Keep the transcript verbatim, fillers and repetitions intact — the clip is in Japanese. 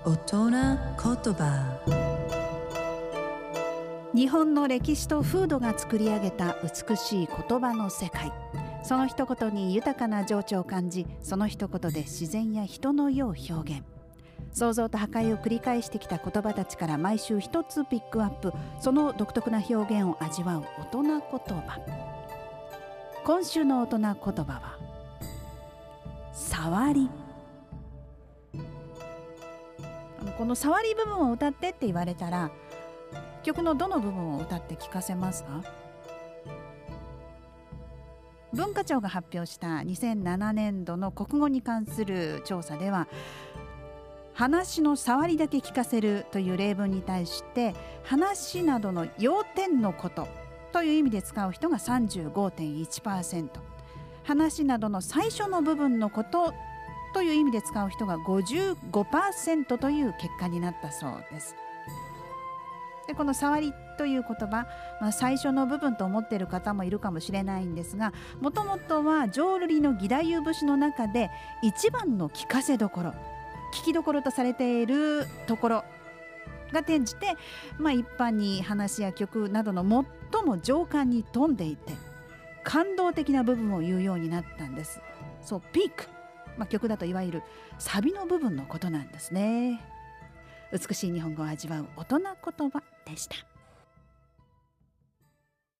大人言葉。 日本の歴史と風土が作り上げた美しい言葉の世界。その一言に豊かな情緒を感じ、その一言で自然や人の世を表現。創造と破壊を繰り返してきた言葉たちから毎週一つピックアップ、その独特な表現を味わう大人言葉。今週の大人言葉は触り。この触り部分を歌ってって言われたら、曲のどの部分を歌って聞かせますか？文化庁が発表したにせんななねんどの国語に関する調査では、話の触りだけ聞かせるという例文に対して、話などの要点のことという意味で使う人が さんじゅうごてんいちパーセント、話などの最初の部分のことという意味で使う人が ごじゅうごパーセント という結果になったそうです。でこの触りという言葉、まあ、最初の部分と思っている方もいるかもしれないんですが、もともとは浄瑠璃の義太夫節の中で一番の聞かせどころ、聞きどころとされているところが転じて、まあ、一般に話や曲などの最も情感に富んでいて感動的な部分を言うようになったんです。そう、ピーク、まあ、曲だといわゆるサビの部分のことなんですね。美しい日本語を味わう大人言葉でした。